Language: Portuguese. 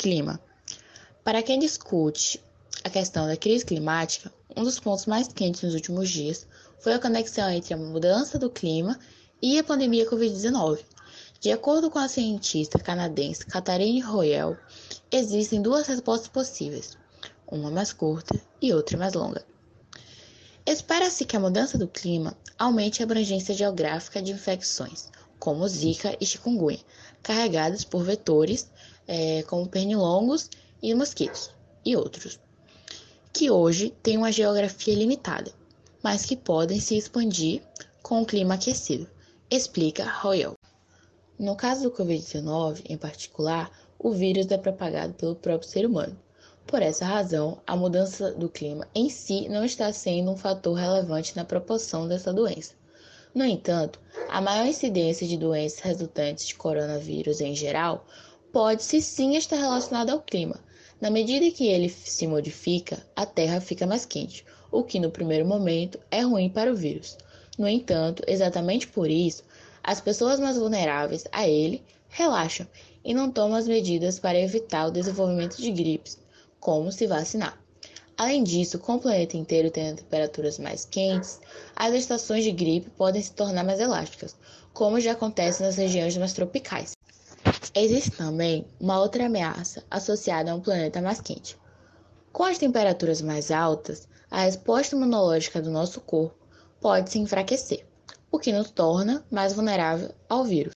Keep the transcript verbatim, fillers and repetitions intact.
Clima. Para quem discute a questão da crise climática, um dos pontos mais quentes nos últimos dias foi a conexão entre a mudança do clima e a pandemia covid dezenove. De acordo com a cientista canadense Katharine Royal, existem duas respostas possíveis, uma mais curta e outra mais longa. Espera-se que a mudança do clima aumente a abrangência geográfica de infecções, como Zika e chikungunya, carregadas por vetores é, como pernilongos e mosquitos, e outros, que hoje têm uma geografia limitada, mas que podem se expandir com o clima aquecido, explica Royal. No caso do covid dezenove, em particular, o vírus é propagado pelo próprio ser humano. Por essa razão, a mudança do clima em si não está sendo um fator relevante na proporção dessa doença. No entanto, a maior incidência de doenças resultantes de coronavírus em geral pode-se sim estar relacionada ao clima. Na medida que ele se modifica, a Terra fica mais quente, o que no primeiro momento é ruim para o vírus. No entanto, exatamente por isso, as pessoas mais vulneráveis a ele relaxam e não tomam as medidas para evitar o desenvolvimento de gripes, como se vacinar. Além disso, com o planeta inteiro tendo temperaturas mais quentes, as estações de gripe podem se tornar mais elásticas, como já acontece nas regiões mais tropicais. Existe também uma outra ameaça associada a um planeta mais quente. Com as temperaturas mais altas, a resposta imunológica do nosso corpo pode se enfraquecer, o que nos torna mais vulnerável ao vírus.